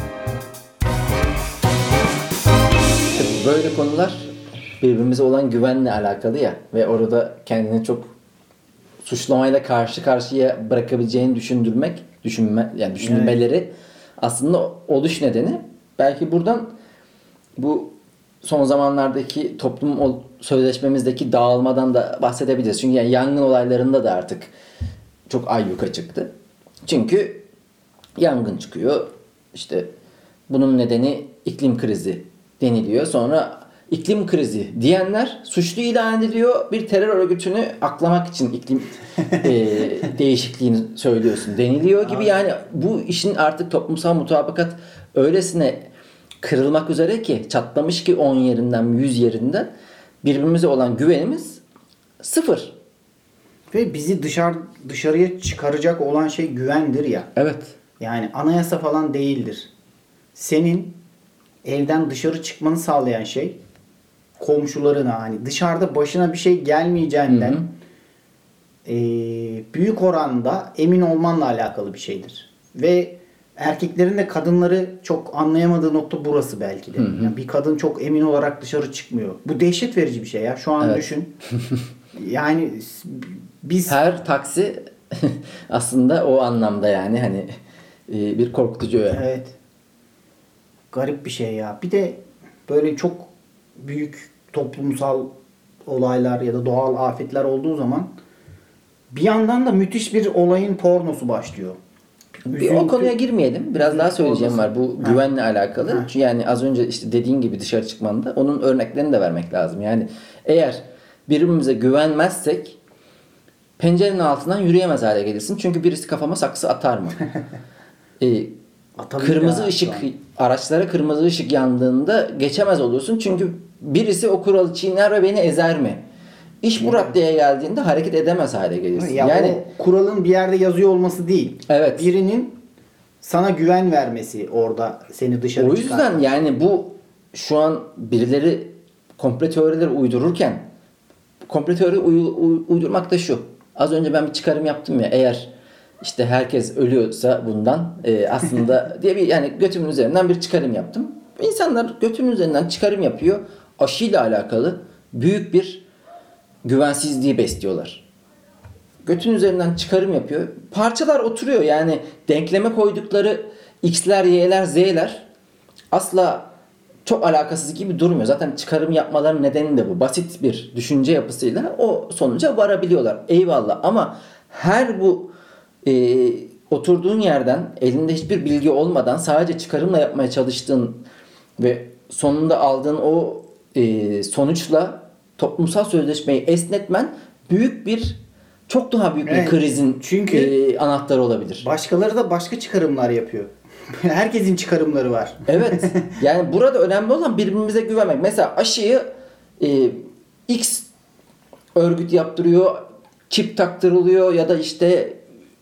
böyle konular birbirimize olan güvenle alakalı ya ve orada kendini çok suçlamayla karşı karşıya bırakabileceğini düşündürmek, düşünme yani düşünmeleri aslında oluş nedeni. Belki buradan bu son zamanlardaki toplum sözleşmemizdeki dağılmadan da bahsedebiliriz. Çünkü yani yangın olaylarında da artık çok ayyuka çıktı. Çünkü yangın çıkıyor. İşte bunun nedeni iklim krizi deniliyor. Sonra iklim krizi diyenler suçlu ilan ediliyor. Bir terör örgütünü aklamak için iklim e, değişikliğini söylüyorsun deniliyor gibi. Yani bu işin artık toplumsal mutabakat öylesine kırılmak üzere ki, çatlamış ki on yerinden yüz yerinden birbirimize olan güvenimiz sıfır. Ve bizi dışarı dışarıya çıkaracak olan şey güvendir ya. Evet. Yani anayasa falan değildir. Senin evden dışarı çıkmanı sağlayan şey komşularına, hani dışarıda başına bir şey gelmeyeceğinden e, büyük oranda emin olmanla alakalı bir şeydir. Ve erkeklerin de kadınları çok anlayamadığı nokta burası belki de. Hı hı. Yani bir kadın çok emin olarak dışarı çıkmıyor. Bu dehşet verici bir şey ya. Şu an Evet. düşün. Yani biz Her taksi aslında o anlamda yani hani e, bir korkutucu öğe. evet. Garip bir şey ya. Bir de böyle çok büyük toplumsal olaylar ya da doğal afetler olduğu zaman bir yandan da müthiş bir olayın pornosu başlıyor. Bir o konuya girmeyelim. Biraz daha söyleyeceğim var. Bu Ha. güvenle alakalı. Ha. Çünkü yani az önce işte dediğin gibi dışarı çıkmanda onun örneklerini de vermek lazım. Yani eğer birbirimize güvenmezsek pencerenin altından yürüyemez hale gelirsin. Çünkü birisi kafama saksı atar mı? ee, Atabilir kırmızı ha, ışık, şu an. araçlara kırmızı ışık yandığında geçemez oluyorsun. Çünkü birisi o kuralı çiğner ve beni ezer mi? İş bu raddeye geldiğinde hareket edemez hale gelirsin. Ya yani o kuralın bir yerde yazıyor olması değil. Evet. Birinin sana güven vermesi orada seni dışarı o yüzden çıkartan. yani bu şu an birileri komplo teorileri uydururken komplo teori uy- uy- uydurmak da şu. Az önce ben bir çıkarım yaptım ya, eğer işte herkes ölüyorsa bundan e, aslında diye bir yani götümün üzerinden bir çıkarım yaptım. İnsanlar götünün üzerinden çıkarım yapıyor. Aşıyla alakalı büyük bir güvensizliği besliyorlar. Götün üzerinden çıkarım yapıyor. Parçalar oturuyor. Yani denkleme koydukları x'ler, y'ler, z'ler asla çok alakasız gibi durmuyor. Zaten çıkarım yapmaların nedeni de bu. Basit bir düşünce yapısıyla o sonuca varabiliyorlar. Eyvallah, ama her bu e, oturduğun yerden elinde hiçbir bilgi olmadan sadece çıkarımla yapmaya çalıştığın ve sonunda aldığın o e, sonuçla toplumsal sözleşmeyi esnetmen büyük bir, çok daha büyük bir Evet, krizin çünkü e, anahtarı olabilir. Başkaları da başka çıkarımlar yapıyor. Herkesin çıkarımları var. Evet. Yani burada önemli olan birbirimize güvenmek. Mesela aşıyı e, X örgüt yaptırıyor, çip taktırılıyor ya da işte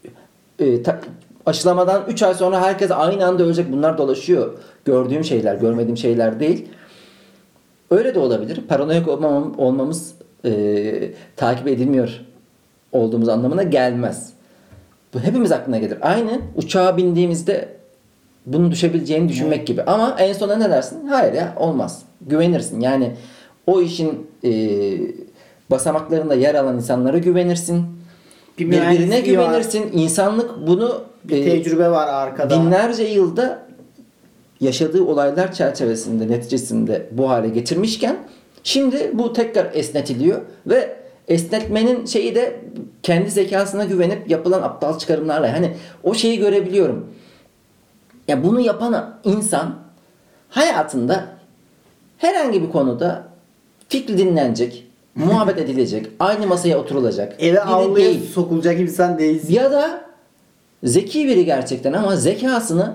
e, ta, aşılamadan üç ay sonra herkes aynı anda ölecek. Bunlar dolaşıyor. Gördüğüm şeyler, görmediğim şeyler değil. Öyle de olabilir. Paranoyak olmam, olmamız e, takip edilmiyor olduğumuz anlamına gelmez. Bu hepimiz aklına gelir. Aynı uçağa bindiğimizde bunun düşebileceğini düşünmek gibi. Ama en sonunda ne dersin? Hayır ya, olmaz. Güvenirsin. Yani o işin e, basamaklarında yer alan insanlara güvenirsin. Bir Birbirine mühendisliği var. güvenirsin. İnsanlık bunu Bir e, tecrübe var arkada. binlerce yılda yaşadığı olaylar çerçevesinde, neticesinde bu hale getirmişken şimdi bu tekrar esnetiliyor ve esnetmenin şeyi de kendi zekasına güvenip yapılan aptal çıkarımlarla. Hani o şeyi görebiliyorum. Ya bunu yapan insan hayatında herhangi bir konuda fikri dinlenecek, muhabbet edilecek, aynı masaya oturulacak Eve biri avluya değil. sokulacak insan değilsin. Ya da zeki biri gerçekten ama zekasını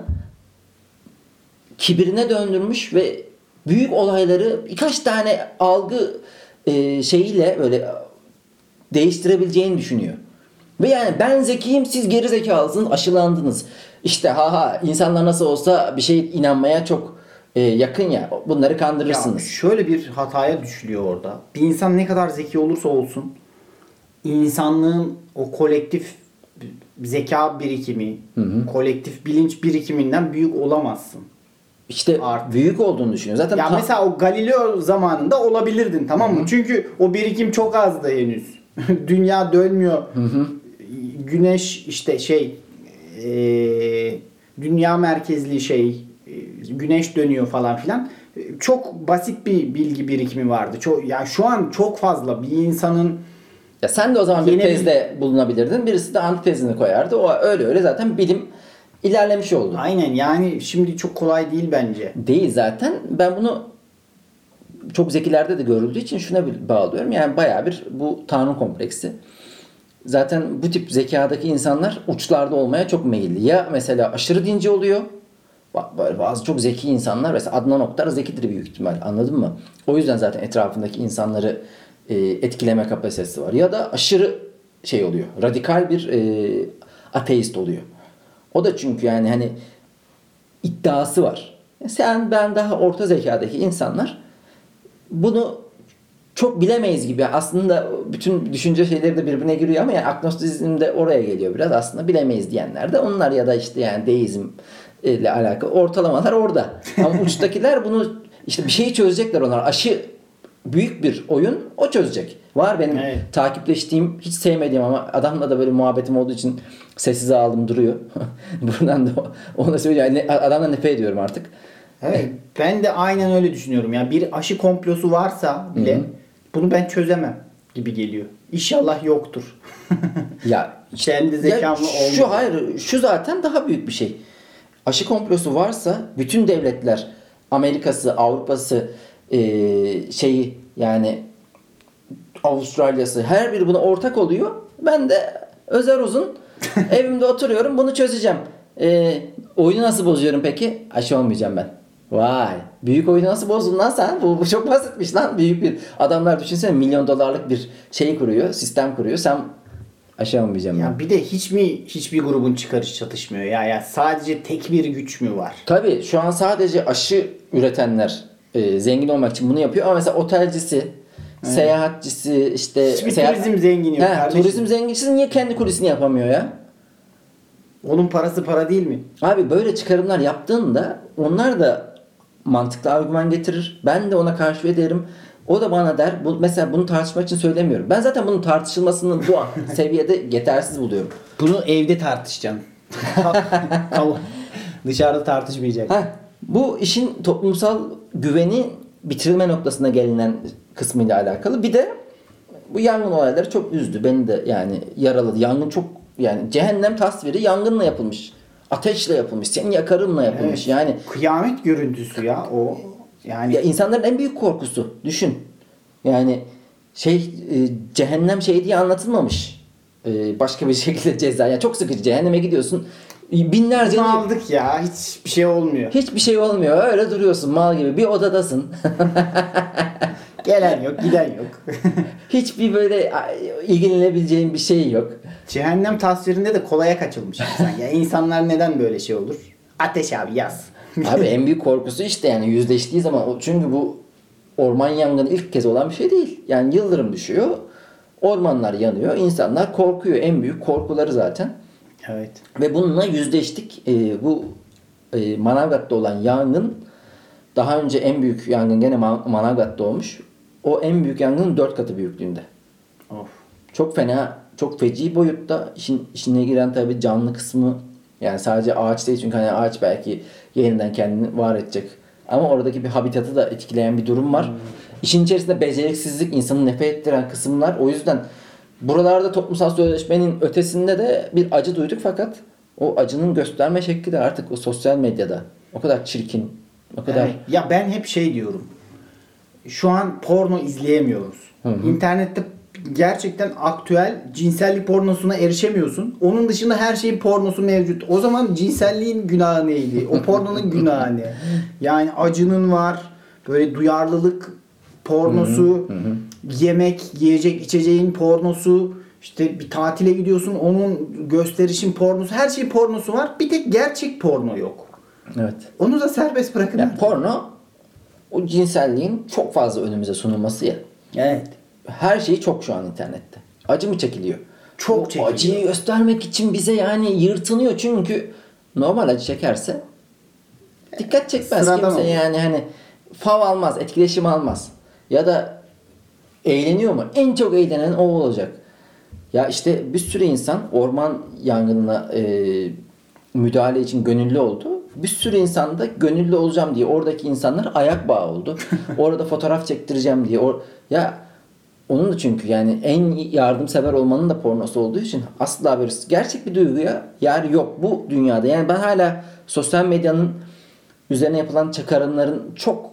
kibirine döndürmüş ve büyük olayları birkaç tane algı e, şeyiyle böyle değiştirebileceğini düşünüyor. Ve yani ben zekiyim, siz geri zekalısınız, aşılandınız. İşte ha ha, insanlar nasıl olsa bir şeye inanmaya çok e, yakın ya, bunları kandırırsınız. Ya şöyle bir hataya düşülüyor orada. Bir insan ne kadar zeki olursa olsun insanlığın o kolektif zeka birikimi, Hı hı. kolektif bilinç birikiminden büyük olamazsın. İşte Artık. büyük olduğunu düşünüyor. Zaten Ya ta- mesela o Galileo zamanında olabilirdin, tamam mı? Çünkü o birikim çok azdı henüz. Dünya dönmüyor. Güneş işte şey ee, dünya merkezli şey, e, güneş dönüyor falan filan. E, Çok basit bir bilgi birikimi vardı. Çok ya şu an çok fazla bir insanın Ya sen de o zaman bir Yeni bir- tezde bulunabilirdin. Birisi de antitezini koyardı. O öyle öyle zaten bilim ilerlemiş oldu. aynen yani şimdi çok kolay değil bence. Değil zaten. Ben bunu çok zekilerde de görüldüğü için şuna bir bağlıyorum. Yani bayağı bir bu tanrı kompleksi. Zaten bu tip zekadaki insanlar uçlarda olmaya çok meyilli. Ya mesela aşırı dinci oluyor. Bak böyle bazı çok zeki insanlar, mesela Adnan Oktar zekidir büyük ihtimal, anladın mı? O yüzden zaten etrafındaki insanları e, etkileme kapasitesi var. Ya da aşırı şey oluyor. Radikal bir e, ateist oluyor. O da çünkü yani hani iddiası var. Sen ben daha orta zekadaki insanlar bunu çok bilemeyiz gibi. Aslında bütün düşünce şeyleri de birbirine giriyor ama yani agnostizm de oraya geliyor biraz. Aslında bilemeyiz diyenler de onlar, ya da işte yani deizm ile alakalı ortalamalar orada. Ama uçtakiler bunu işte bir şeyi çözecekler onlar. Aşı büyük bir oyun, o çözecek. Var benim Evet. takipleştiğim, hiç sevmediğim ama adamla da böyle muhabbetim olduğu için sessize aldım duruyor. Buradan da ona söylüyorum. Yani adamdan nefret ediyorum artık. Evet, ben de aynen öyle düşünüyorum. Yani bir aşı komplosu varsa bile Hı hı. bunu ben çözemem gibi geliyor. İnşallah yoktur. Ya Kendi zekamla ya olmuyor. şu hayır, şu zaten daha büyük bir şey. Aşı komplosu varsa bütün devletler, Amerika'sı, Avrupa'sı, eee, şeyi yani Avustralya'sı, her biri buna ortak oluyor. Ben de özer uzun evimde oturuyorum, bunu çözeceğim. Eee oyunu nasıl bozuyorum peki? Aşı olmayacağım ben. Vay. Büyük oyunu nasıl bozdun lan sen? Bu, bu çok basitmiş lan. Büyük bir adamlar düşünsene, milyon dolarlık bir şey kuruyor, sistem kuruyor. Sen aşı olmayacağım ben. Ya bir de hiç mi hiçbir grubun çıkarış çatışmıyor ya? Ya sadece tek bir güç mü var? Tabii şu an sadece aşı üretenler e, zengin olmak için bunu yapıyor ama mesela otelcisi, seyahatçisi, işte Hiçbir turizm zengini yok He, kardeşim. turizm zengincisi niye kendi kulisini yapamıyor ya? Onun parası para değil mi? Abi böyle çıkarımlar yaptığında onlar da mantıklı argüman getirir. Ben de ona karşı ederim. O da bana der. Bu, mesela bunu tartışmak için söylemiyorum. Ben zaten bunun tartışılmasını bu seviyede yetersiz buluyorum. Bunu evde tartışacaksın. Tamam. Dışarıda tartışmayacaksın. Heh, bu işin toplumsal güveni bitirilme noktasına gelinen kısmıyla alakalı. Bir de bu yangın olayları çok üzdü. Beni de yani yaraladı. Yangın çok, yani cehennem tasviri yangınla yapılmış. Ateşle yapılmış. Seni yakarımla yapılmış. Evet. Yani Kıyamet görüntüsü ya o. Yani ya insanların en büyük korkusu. Düşün. Yani şey e, cehennem şey diye anlatılmamış. E, başka bir şekilde ceza. Yani çok sıkıcı. Cehenneme gidiyorsun. Binlerce bunu aldık ya. Hiçbir şey olmuyor. hiçbir şey olmuyor. Öyle duruyorsun mal gibi. Bir odadasın. Gelen yok, giden yok. Hiçbir böyle ilgilenebileceğin bir şey yok. Cehennem tasvirinde de kolaya kaçılmış insan. Ya insanlar neden böyle şey olur? Ateş abi yaz. Abi en büyük korkusu işte yani yüzleştiği zaman. O- Çünkü bu orman yangını ilk kez olan bir şey değil. Yani yıldırım düşüyor. Ormanlar yanıyor. İnsanlar korkuyor. En büyük korkuları zaten. Evet. Ve bununla yüzleştik. Ee, bu e, Manavgat'ta olan yangın, daha önce en büyük yangın gene Ma- Manavgat'ta olmuş. O en büyük yangının dört katı büyüklüğünde. Of. Çok fena, çok feci boyutta. İşin içine giren tabii canlı kısmı, yani sadece ağaç değil, çünkü hani ağaç belki yeniden kendini var edecek. Ama oradaki bir habitatı da etkileyen bir durum var. İşin içerisinde beceriksizlik, insanı nefret ettiren kısımlar. O yüzden buralarda toplumsal sözleşmenin ötesinde de bir acı duyduk, fakat o acının gösterme şekli de artık o sosyal medyada o kadar çirkin, o kadar Evet. Ya ben hep şey diyorum. Şu an porno izleyemiyoruz. İnternette gerçekten aktüel cinsellik pornosuna erişemiyorsun. Onun dışında her şeyin pornosu mevcut. O zaman cinselliğin günahı neydi? O pornonun günahı ne? Yani acının var. Böyle duyarlılık pornosu. Yemek, yiyecek, içeceğin pornosu. İşte bir tatile gidiyorsun. Onun gösterişin pornosu. Her şey pornosu var. Bir tek gerçek porno yok. evet. Onu da serbest bırakın. Ya porno o cinselliğin çok fazla önümüze sunulması ya. Evet. Her şeyi çok şu an internette. Acı mı çekiliyor? Çok O çekiliyor. acıyı göstermek için bize yani yırtınıyor, çünkü normal acı çekerse dikkat çekmez Sıradan kimse, olur. yani hani fav almaz, etkileşim almaz. Ya da eğleniyor mu? En çok eğlenen o olacak. Ya işte bir sürü insan orman yangınına e, müdahale için gönüllü oldu. Bir sürü insan da gönüllü olacağım diye oradaki insanlar ayak bağı oldu. Orada fotoğraf çektireceğim diye. Or ya onun da çünkü yani en yardımsever olmanın da pornosu olduğu için asla böyle gerçek bir duyguya yer yok bu dünyada. Yani ben hala sosyal medyanın üzerine yapılan çıkarımların çok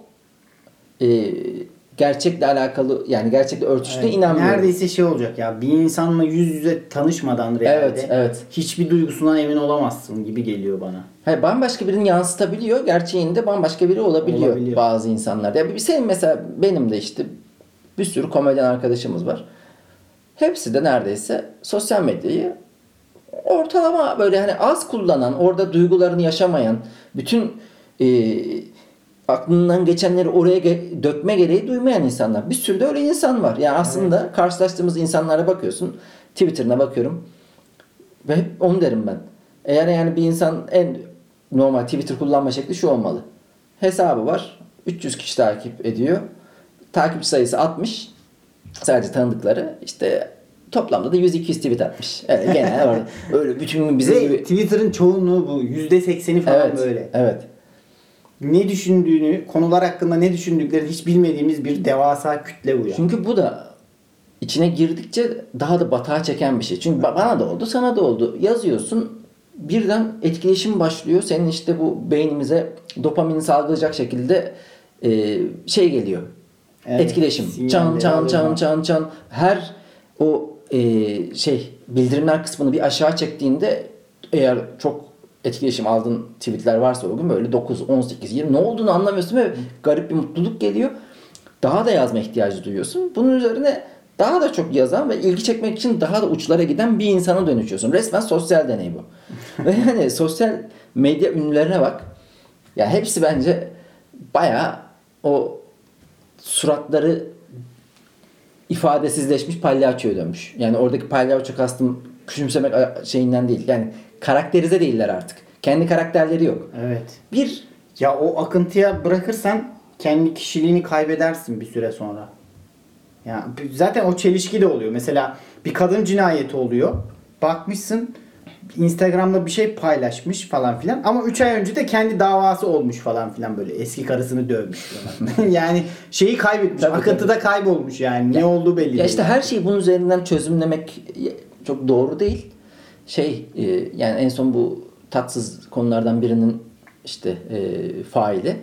e, gerçekle alakalı yani gerçekle örtüştüğüne Evet, inanmıyorum. neredeyse şey olacak ya, bir insanla yüz yüze tanışmadan realde Evet, evet. hiçbir duygusundan emin olamazsın gibi geliyor bana. Hayır, bambaşka birini yansıtabiliyor. Gerçeğinde bambaşka biri olabiliyor, Olabiliyor. bazı insanlar. Ya bir senin mesela benim de işte bir sürü komedyen arkadaşımız var. Hepsi de neredeyse sosyal medyayı ortalama böyle hani az kullanan, orada duygularını yaşamayan, bütün e, aklından geçenleri oraya ge- dökme gereği duymayan insanlar. Bir sürü de öyle insan var. Yani aslında evet. Karşılaştığımız insanlara bakıyorsun. Twitter'ına bakıyorum. Ve hep onu derim ben. Eğer yani bir insan en normal Twitter kullanma şekli şu olmalı. Hesabı var. üç yüz kişi takip ediyor. Takipçi sayısı altmış. Sadece tanıdıkları. İşte toplamda da yüz iki yüz tweet atmış. Evet, genel orada. Öyle bütün bizim gibi. Twitter'ın çoğunluğu bu. yüzde sekseni falan evet, böyle. Evet. Ne düşündüğünü, konular hakkında ne düşündüklerini hiç bilmediğimiz bir devasa kütle bu ya. Çünkü bu da içine girdikçe daha da batağa çeken bir şey. Çünkü bana da oldu, sana da oldu. Yazıyorsun, birden etkileşim başlıyor. Senin işte bu beynimize dopamini salgılayacak şekilde e, şey geliyor. Evet, etkileşim. Çan çan çan çan çan. Her o e, şey bildirimler kısmını bir aşağı çektiğinde eğer çok etkileşim aldığın tweetler varsa o gün böyle dokuz, on sekiz, yirmi ne olduğunu anlamıyorsun ve garip bir mutluluk geliyor. Daha da yazma ihtiyacı duyuyorsun. Bunun üzerine daha da çok yazan ve ilgi çekmek için daha da uçlara giden bir insana dönüşüyorsun. Resmen sosyal deney bu. Ve yani sosyal medya ünlülerine bak. Ya hepsi bence bayağı o suratları ifadesizleşmiş palyaçoya dönmüş. Yani oradaki palyaço kastım küçümsemek şeyinden değil. Yani karakterize değiller artık. Kendi karakterleri yok. Evet. Bir ya o akıntıya bırakırsan kendi kişiliğini kaybedersin bir süre sonra. Ya zaten o çelişki de oluyor. Mesela bir kadın cinayeti oluyor. Bakmışsın Instagram'da bir şey paylaşmış falan filan ama üç ay önce de kendi davası olmuş falan filan, böyle eski karısını dövmüş falan. Yani şeyi kaybetmiş. Tabii, akıntıda tabii. Kaybolmuş yani. Ya, ne olduğu belli ya değil. işte her şeyi bunun üzerinden çözümlemek çok doğru değil. Şey yani en son bu tatsız konulardan birinin işte e, faili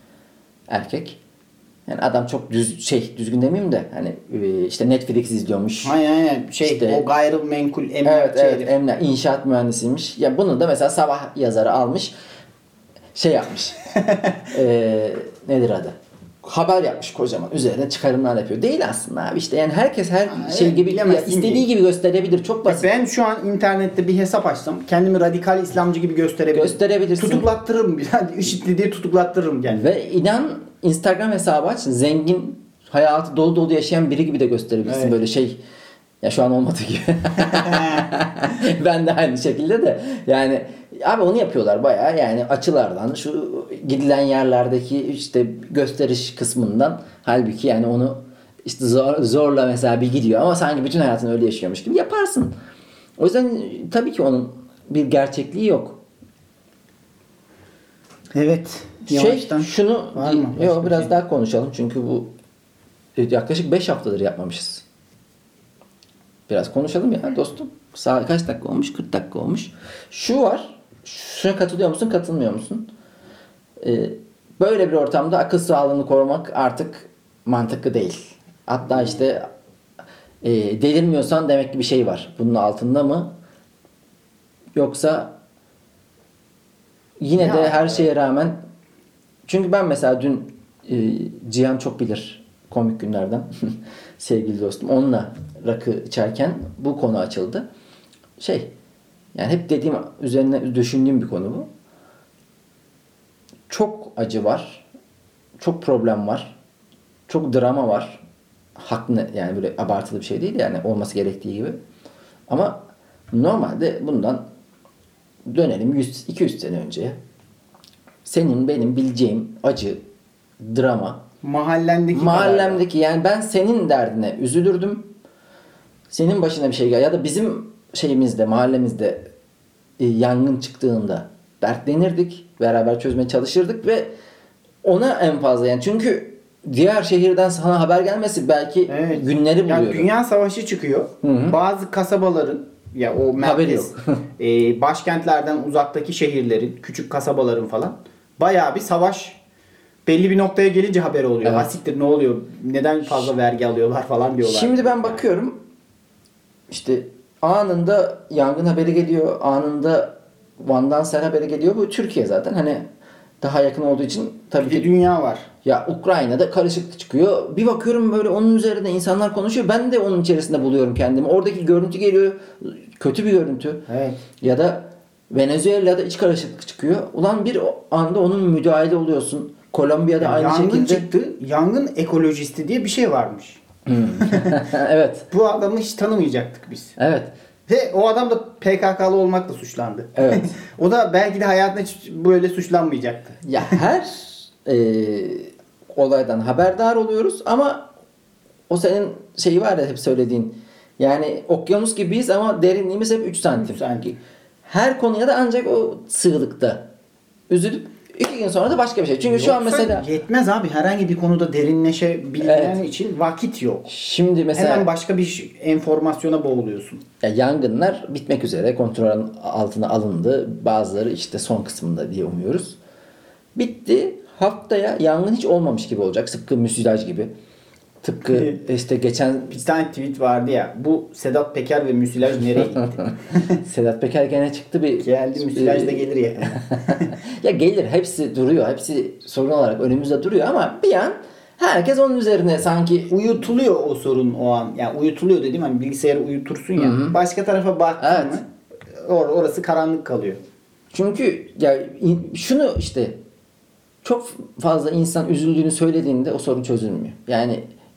erkek. Yani adam çok düz şey düzgün demeyeyim de hani e, işte Netflix izliyormuş. Aynen aynen. Şey işte, o gayrimenkul emlakçı evet, evet, emlak, inşaat mühendisiymiş. Ya bunu da mesela sabah yazarı almış. Şey yapmış. e, nedir adı? Haber yapmış kocaman. Üzerine çıkarımlar yapıyor. Değil aslında abi işte. Yani herkes her ha, şey evet, gibi ya, istediği ki. gibi gösterebilir. Çok basit. Ben şu an internette bir hesap açsam kendimi radikal İslamcı gibi gösterebilirim. Gösterebilirsin. Tutuklattırırım. IŞİD'li diye tutuklattırırım kendimi. Ve inan Instagram hesabı aç. Zengin, hayatı dolu dolu yaşayan biri gibi de gösterebilirsin. Evet. Böyle şey ya şu an olmadığı gibi. Ben de aynı şekilde de yani abi onu yapıyorlar bayağı yani açılardan şu gidilen yerlerdeki işte gösteriş kısmından, halbuki yani onu işte zor, zorla mesela bir gidiyor ama sanki bütün hayatını öyle yaşıyormuş gibi yaparsın. O yüzden tabii ki onun bir gerçekliği yok. Evet. Şey şunu yok biraz şey? daha konuşalım çünkü bu yaklaşık beş haftadır yapmamışız. Biraz konuşalım ya dostum. Saat kaç dakika olmuş? kırk dakika olmuş. Şu var. Şuna katılıyor musun? Katılmıyor musun? Ee, böyle bir ortamda akıl sağlığını korumak artık mantıklı değil. Hatta işte e, delirmiyorsan demek ki bir şey var. Bunun altında mı? Yoksa yine ya, de her şeye rağmen, çünkü ben mesela dün e, Cihan çok bilir komik günlerden sevgili dostum. Onunla rakı içerken bu konu açıldı. Şey yani hep dediğim, üzerine düşündüğüm bir konu bu. Çok acı var. Çok problem var. Çok drama var. Haklı yani, böyle abartılı bir şey değil yani, olması gerektiği gibi. Ama normalde bundan dönelim yüz iki yüz sene önceye. Senin benim bileceğim acı, drama, mahallendeki mahallemdeki yani ben senin derdine üzülürdüm. Senin başına bir şey gel ya da bizim şeyimizde, mahallemizde e, yangın çıktığında dertlenirdik. Beraber çözmeye çalışırdık ve ona en fazla yani çünkü diğer şehirden sana haber gelmesi belki Evet. günleri buluyor. Yani dünya savaşı çıkıyor. Hı-hı. Bazı kasabaların ya o Haberi merkez yok. e, başkentlerden uzaktaki şehirlerin, küçük kasabaların falan bayağı bir savaş belli bir noktaya gelince haberi oluyor. Evet. Asiktir ne oluyor? Neden fazla vergi alıyorlar falan diyorlar. Şimdi ben bakıyorum işte anında yangın haberi geliyor. Anında Van'dan sel haberi geliyor. Bu Türkiye zaten hani daha yakın olduğu için tabii Bir de ki dünya var. ya Ukrayna'da karışıklık çıkıyor. Bir bakıyorum böyle onun üzerinde insanlar konuşuyor. Ben de onun içerisinde buluyorum kendimi. Oradaki görüntü geliyor. Kötü bir görüntü. Evet. Ya da Venezuela'da iç karışıklık çıkıyor. Ulan bir anda onun müdahale oluyorsun. Kolombiya'da Yani aynı yangın şekilde. çıktı. Yangın ekolojisti diye bir şey varmış. Evet. Bu adamı hiç tanımayacaktık biz. Evet. Ve o adam da P K K'lı olmakla suçlandı. Evet. O da belki de hayatında hiç böyle suçlanmayacaktı. Ya her e, olaydan haberdar oluyoruz ama o senin şeyi var ya hep söylediğin. Yani okyanus gibiyiz ama derinliğimiz hep üç santim. üç santim. Her konuya da ancak o sığlıkta üzülüp iki gün sonra da başka bir şey. Çünkü şu an Yoksa mesela yetmez abi. Herhangi bir konuda derinleşebilmen Evet. için vakit yok. şimdi mesela Hemen başka bir şey- enformasyona boğuluyorsun. ya yangınlar bitmek üzere kontrol altına alındı. Bazıları işte son kısmında diye umuyoruz. Bitti. Haftaya yangın hiç olmamış gibi olacak. Tıpkı müsilaj gibi. Tıpkı işte geçen Bir tane tweet vardı ya. Bu Sedat Peker ve müsilaj nereye gitti? Sedat Peker gene çıktı bir Geldi müsilaj da gelir ya. ya gelir. Hepsi duruyor. Hepsi sorun olarak önümüzde duruyor ama bir an herkes onun üzerine sanki Uyutuluyor o sorun o an. Yani uyutuluyor dediğim hani bilgisayarı uyutursun ya. Hı hı. Başka tarafa baktın Evet. mı or- orası karanlık kalıyor. çünkü ya in- şunu işte çok fazla insan üzüldüğünü söylediğinde o sorun çözülmüyor. Yani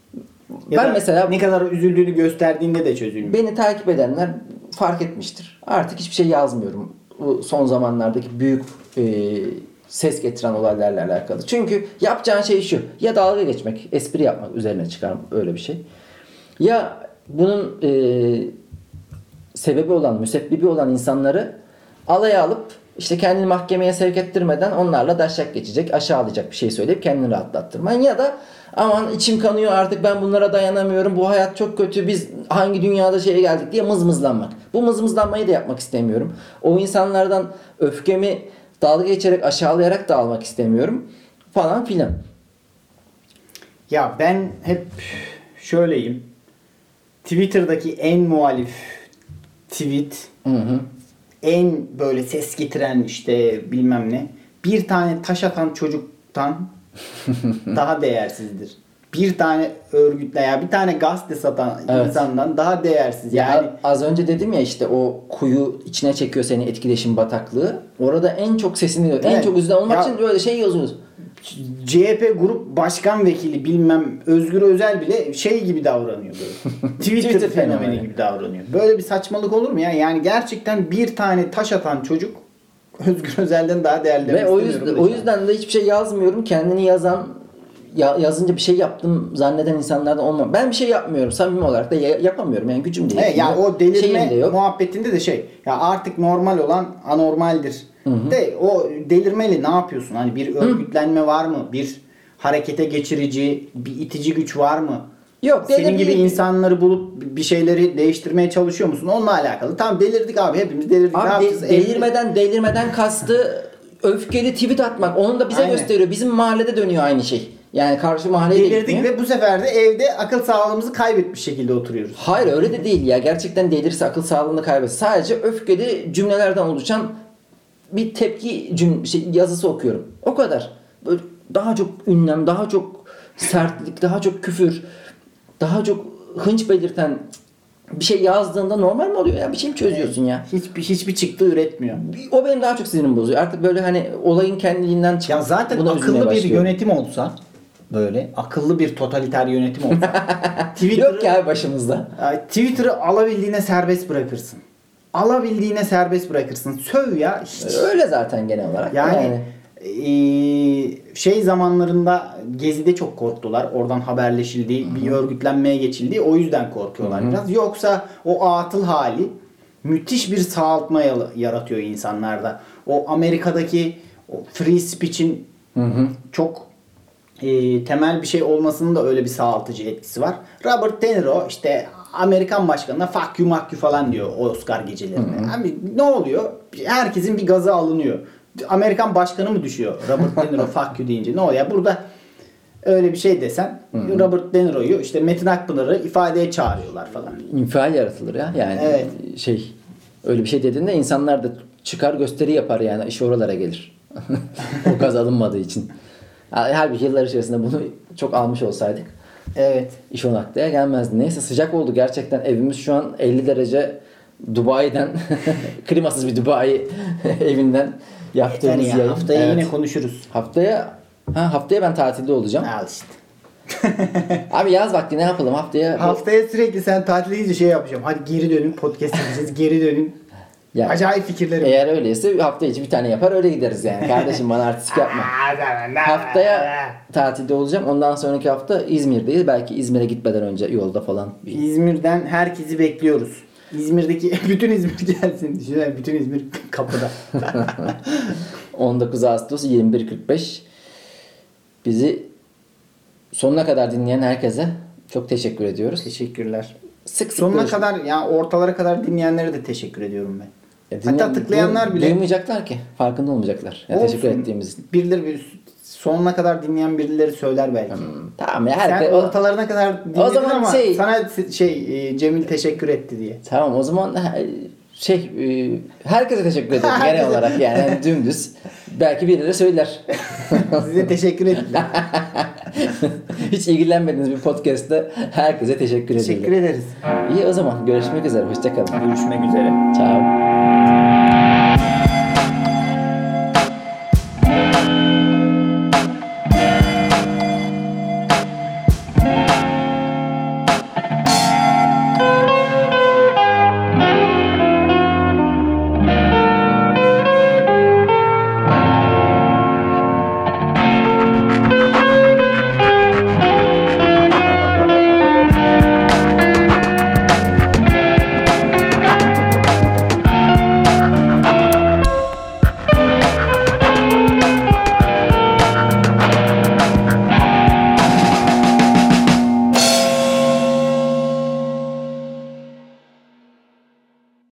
Ya ben da mesela ne kadar üzüldüğünü gösterdiğinde de çözülmüyor. beni takip edenler fark etmiştir. Artık hiçbir şey yazmıyorum. Bu son zamanlardaki büyük e, ses getiren olaylarla alakalı. Çünkü yapacağın şey şu. Ya dalga geçmek, espri yapmak üzerine çıkar öyle bir şey. Ya bunun e, sebebi olan, müsebbibi olan insanları alaya alıp işte kendini mahkemeye sevk ettirmeden onlarla daşak geçecek, aşağılayacak bir şey söyleyip kendini rahatlattırman ya da aman içim kanıyor artık ben bunlara dayanamıyorum, bu hayat çok kötü, biz hangi dünyada şeye geldik diye mızmızlanmak. Bu mızmızlanmayı da yapmak istemiyorum. O insanlardan öfkemi dalga geçerek, aşağılayarak da almak istemiyorum falan filan. Ya ben hep şöyleyim. Twitter'daki en muhalif tweet, Hı hı. en böyle ses getiren işte bilmem ne. Bir tane taş atan çocuktan daha değersizdir. Bir tane örgütle ya bir tane gazete satan Evet. insandan daha değersiz. Ya Yani az önce dedim ya işte o kuyu içine çekiyor seni etkileşim bataklığı. Orada en çok sesini, en Evet. çok üzülen olmak Ya- için böyle şey yazıyoruz. C H P grup başkan vekili bilmem Özgür Özel bile şey gibi davranıyor böyle. Twitter, Twitter fenomeni fenomeni. gibi davranıyor. Böyle bir saçmalık olur mu ya? Yani gerçekten bir tane taş atan çocuk Özgür Özel'den daha değerli demek Ve o istemiyorum yüzden da o şu an. yüzden de hiçbir şey yazmıyorum. Kendini yazan ya, yazınca bir şey yaptım zanneden insanlardan olmam. Ben bir şey yapmıyorum. Samimi olarak da ya- yapamıyorum. Yani gücüm de Evet, ya yetmiyor. o delirme Şeyim de yok. muhabbetinde de şey ya artık normal olan anormaldir. De o delirmeyle ne yapıyorsun? Hani bir örgütlenme var mı? Bir harekete geçirici, bir itici güç var mı? Yok, Senin delirdi- gibi insanları bulup bir şeyleri değiştirmeye çalışıyor musun? Onunla alakalı. Tamam delirdik abi. Hepimiz delirdik. ne Abi de- yapacağız? delirmeden delirmeden kastı öfkeli tweet atmak. Onun da bize Aynen. gösteriyor. Bizim mahallede dönüyor aynı şey. Yani karşı mahalleye de Delirdik gitmiyor. ve bu sefer de evde akıl sağlığımızı kaybetmiş şekilde oturuyoruz. Hayır öyle de değil ya. Gerçekten delirse akıl sağlığını kaybeder. Sadece öfkeli cümlelerden oluşan bir tepki cüm şey, yazısı okuyorum. O kadar. Böyle daha çok ünlem, daha çok sertlik, daha çok küfür, daha çok hınç belirten bir şey yazdığında normal mi oluyor ya? Bir şey mi çözüyorsun ya? Hiçbir hiçbir çıktı üretmiyor. O benim daha çok sinirimi bozuyor. Artık böyle hani olayın kendiliğinden çıkıp Ya zaten buna üzülmeye akıllı bir başlıyorum. yönetim olsa böyle akıllı bir totaliter yönetim olsa Twitter'ı Yok ya başımızda. Ay, Twitter'ı alabildiğine serbest bırakırsın. Alabildiğine serbest bırakırsın. Söv ya. Hiç. Öyle zaten genel olarak. Yani eee, şey zamanlarında Gezi'de çok korktular. Oradan haberleşildi. Bir örgütlenmeye geçildi. O yüzden korkuyorlar biraz. Yoksa o atıl hali müthiş bir sağaltma yal- yaratıyor insanlarda. O Amerika'daki o free speech'in Hı hı. çok e, temel bir şey olmasının da öyle bir sağaltıcı etkisi var. Robert De Niro işte Amerikan başkanına fuck you fuck you falan diyor Oscar gecelerinde. Abi ne oluyor? Herkesin bir gazı alınıyor. Amerikan başkanı mı düşüyor Robert De Niro fuck you deyince? Ne oluyor? Burada öyle bir şey desen Hı-hı. Robert De Niro'yu işte Metin Akpınar'ı ifadeye çağırıyorlar falan. İnfial yaratılır ya. Yani evet. şey öyle bir şey dediğinde insanlar da çıkar gösteri yapar yani iş oralara gelir. O gaz alınmadığı için. Halbuki yıllar içerisinde bunu çok almış olsaydık evet. iş o noktaya gelmezdi. Neyse sıcak oldu gerçekten. Evimiz şu an elli derece. Dubai'den klimasız bir Dubai evinden yaptığımız ya, yayın. haftaya Evet. yine konuşuruz. Haftaya ha, haftaya ben tatilde olacağım. Al işte. Abi yaz vakti ne yapalım haftaya? Haftaya sürekli sen tatil deyince şey yapacağım. Hadi geri dönün podcast yapacağız. Geri dönün. Yani, acayip fikirlerim. Eğer öyleyse hafta içi bir tane yapar öyle gideriz yani. Kardeşim bana artistik yapma. Haftaya tatilde olacağım. Ondan sonraki hafta İzmir'deyiz. Belki İzmir'e gitmeden önce yolda falan. İzmir'den herkesi bekliyoruz. İzmir'deki bütün İzmir gelsin. Düşünsene bütün İzmir kapıda. on dokuz Ağustos yirmi bir kırk beş. Bizi sonuna kadar dinleyen herkese çok teşekkür ediyoruz. Teşekkürler. Sık sık sonuna görüş- kadar ya ortalara kadar dinleyenlere de teşekkür ediyorum ben. Ya dinle- Hatta tıklayanlar duy- bile duymayacaklar ki. Farkında olmayacaklar. Ya olsun. teşekkür ettiğimiz için. Birileri bir sonuna kadar dinleyen birileri söyler belki. Hmm, tamam ya Sen herkes ortalarına kadar dinledin o zaman ama şey- sana şey e, Cemil teşekkür etti diye. Tamam o zaman ha, şey e, herkese teşekkür ederim genel Herkese. olarak yani, yani dümdüz. Belki birileri söyler. Size teşekkür ettiler. Hiç ilgilenmediğiniz bir podcast'ta herkese teşekkür ederim. Teşekkür ederiz. İyi o zaman görüşmek üzere. Hoşçakalın. Görüşmek üzere. Ciao.